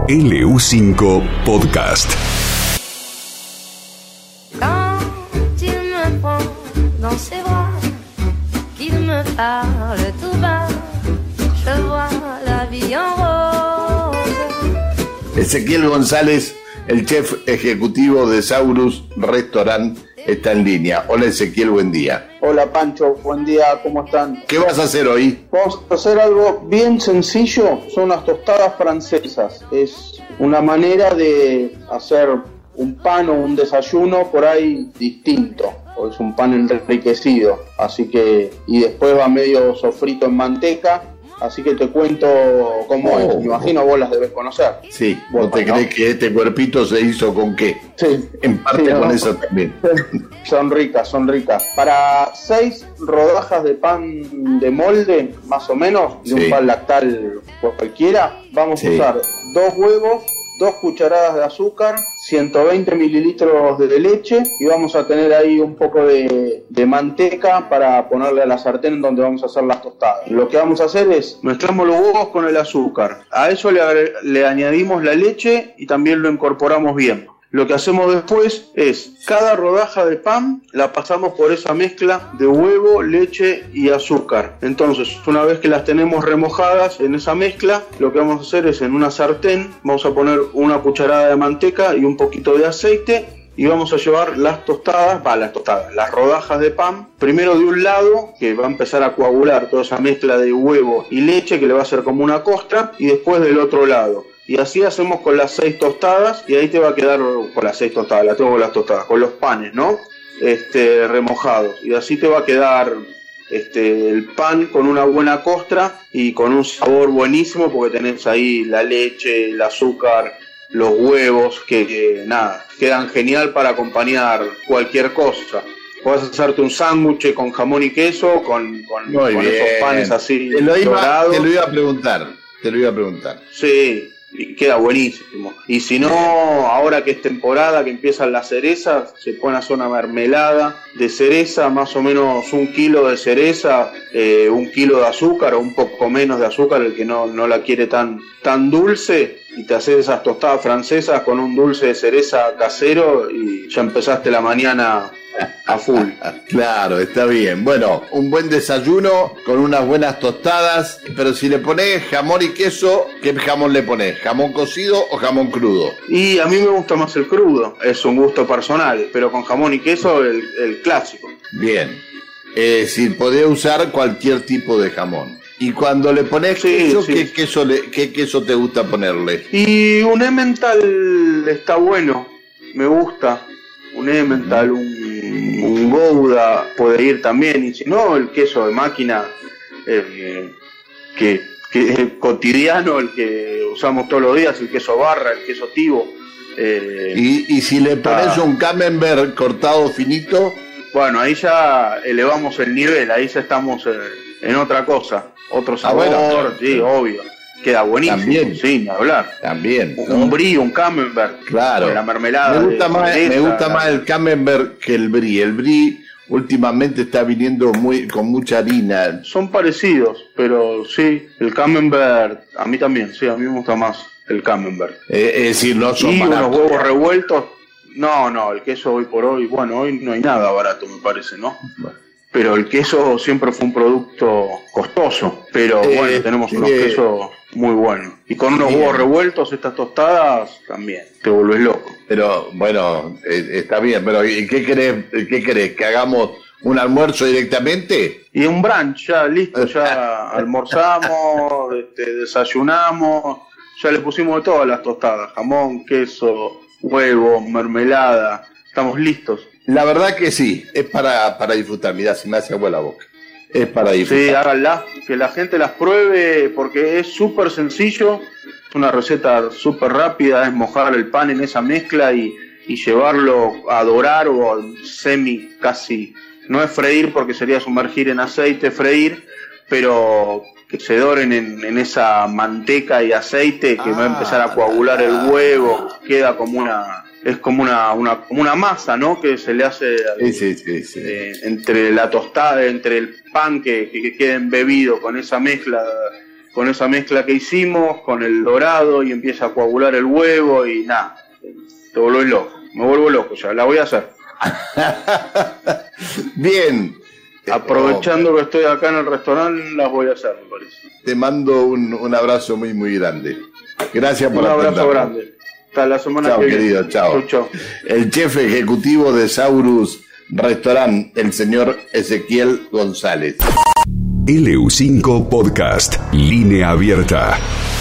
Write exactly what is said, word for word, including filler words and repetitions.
L U cinco Podcast. Quand il me prend dans ses bras, qu'il me parle tout bas, je vois la vie en rose. Ezequiel González, el chef ejecutivo de Saurus Restaurant, está en línea. Hola Ezequiel, buen día. Hola Pancho, buen día, ¿cómo están? ¿Qué vas a hacer hoy? Vamos a hacer algo bien sencillo, son unas tostadas francesas. Es una manera de hacer un pan o un desayuno por ahí distinto, o es un pan enriquecido, así que, y después va medio sofrito en manteca. Así que te cuento cómo oh, es. Me imagino vos las debes conocer. Sí, ¿vos bueno, te ¿no? crees que este cuerpito se hizo con qué? Sí. En parte sí, con ¿no? eso también. Son ricas, son ricas. Para seis rodajas de pan de molde, más o menos, de sí. un pan lactal cualquiera, vamos sí. a usar dos huevos, dos cucharadas de azúcar, ciento veinte mililitros de leche y vamos a tener ahí un poco de, de manteca para ponerle a la sartén donde vamos a hacer las tostadas. Lo que vamos a hacer es mezclamos los huevos con el azúcar. A eso le, le añadimos la leche y también lo incorporamos bien. Lo que hacemos después es, cada rodaja de pan la pasamos por esa mezcla de huevo, leche y azúcar. Entonces, una vez que las tenemos remojadas en esa mezcla, lo que vamos a hacer es en una sartén, vamos a poner una cucharada de manteca y un poquito de aceite y vamos a llevar las tostadas, va, las tostadas, las rodajas de pan, primero de un lado, que va a empezar a coagular toda esa mezcla de huevo y leche, que le va a hacer como una costra, y después del otro lado. Y así hacemos con las seis tostadas y ahí te va a quedar con las seis tostadas, la tengo con las tostadas, con los panes, ¿no? Este, remojados. Y así te va a quedar este, el pan con una buena costra y con un sabor buenísimo porque tenés ahí la leche, el azúcar, los huevos, que, que nada, quedan genial para acompañar cualquier cosa. Puedes hacerte un sándwich con jamón y queso, con, con, con esos panes así te lo, iba, dorados. te lo iba a preguntar, te lo iba a preguntar. Sí. Y queda buenísimo. Y si no, ahora que es temporada, que empiezan las cerezas, se pone a hacer una mermelada de cereza, más o menos un kilo de cereza, eh, un kilo de azúcar o un poco menos de azúcar, el que no, no la quiere tan, tan dulce, y te haces esas tostadas francesas con un dulce de cereza casero y ya empezaste la mañana a full. Claro, está bien. Bueno, un buen desayuno con unas buenas tostadas, pero si le pones jamón y queso, ¿qué jamón le pones? ¿Jamón cocido o jamón crudo? Y a mí me gusta más el crudo, es un gusto personal, pero con jamón y queso el, el clásico. Bien, es decir, podés usar cualquier tipo de jamón. Y cuando le pones sí, queso, sí. ¿qué, queso le, ¿qué queso te gusta ponerle? Y un Emmental está bueno, me gusta. Un Emmental, un, un Gouda puede ir también, y si no, el queso de máquina eh, que, que es cotidiano, el que usamos todos los días, el queso barra, el queso tivo. Eh, y, y si le pones ah, un camembert cortado finito, bueno, ahí ya elevamos el nivel, ahí ya estamos eh, en otra cosa, otro sabor, ah, bueno, sí, sí, obvio. Queda buenísimo, también, sin hablar. También, ¿no? Un brie, un camembert. Claro. Con la mermelada. Me gusta, más, cereza, me gusta más el camembert que el brie. El brie últimamente está viniendo muy con mucha harina. Son parecidos, pero sí, el camembert, a mí también, sí, a mí me gusta más el camembert. Eh, es decir, no son y baratos. Unos huevos revueltos. No, no, el queso hoy por hoy, bueno, hoy no hay nada barato, me parece, ¿no? Bueno. Pero el queso siempre fue un producto costoso, pero eh, bueno, tenemos unos eh, quesos muy buenos. Y con unos bien. huevos revueltos, estas tostadas, también, te volvés loco. Pero, bueno, eh, está bien, pero ¿y qué querés, qué querés? ¿Que hagamos un almuerzo directamente? Y un brunch, ya listo, ya almorzamos, este, desayunamos, ya le pusimos de todas las tostadas, jamón, queso, huevo, mermelada, estamos listos. La verdad que sí, es para, para disfrutar. Mirá, se me hace agua la boca. Es para disfrutar. Sí, háganlas, que la gente las pruebe porque es súper sencillo. Es una receta súper rápida, es mojar el pan en esa mezcla y, y llevarlo a dorar o a semi casi. No es freír porque sería sumergir en aceite, freír, pero que se doren en, en esa manteca y aceite que ah, va a empezar a coagular el huevo. Queda como una... Es como una, una, como una masa, ¿no? Que se le hace sí, sí, sí, sí. Eh, entre la tostada, entre el pan que, que, que queda embebido con esa mezcla con esa mezcla que hicimos, con el dorado, y empieza a coagular el huevo y nada, te volvés loco, me vuelvo loco ya, la voy a hacer. Bien. Aprovechando oh, que estoy acá en el restaurante, las voy a hacer, me parece. Te mando un, un abrazo muy, muy grande. Gracias por un abrazo atenderme. grande. Hasta la semana chao, que viene. Querido, chao. Chau, chau. El chef ejecutivo de Saurus Restaurant, el señor Ezequiel González. L U cinco Podcast, línea abierta.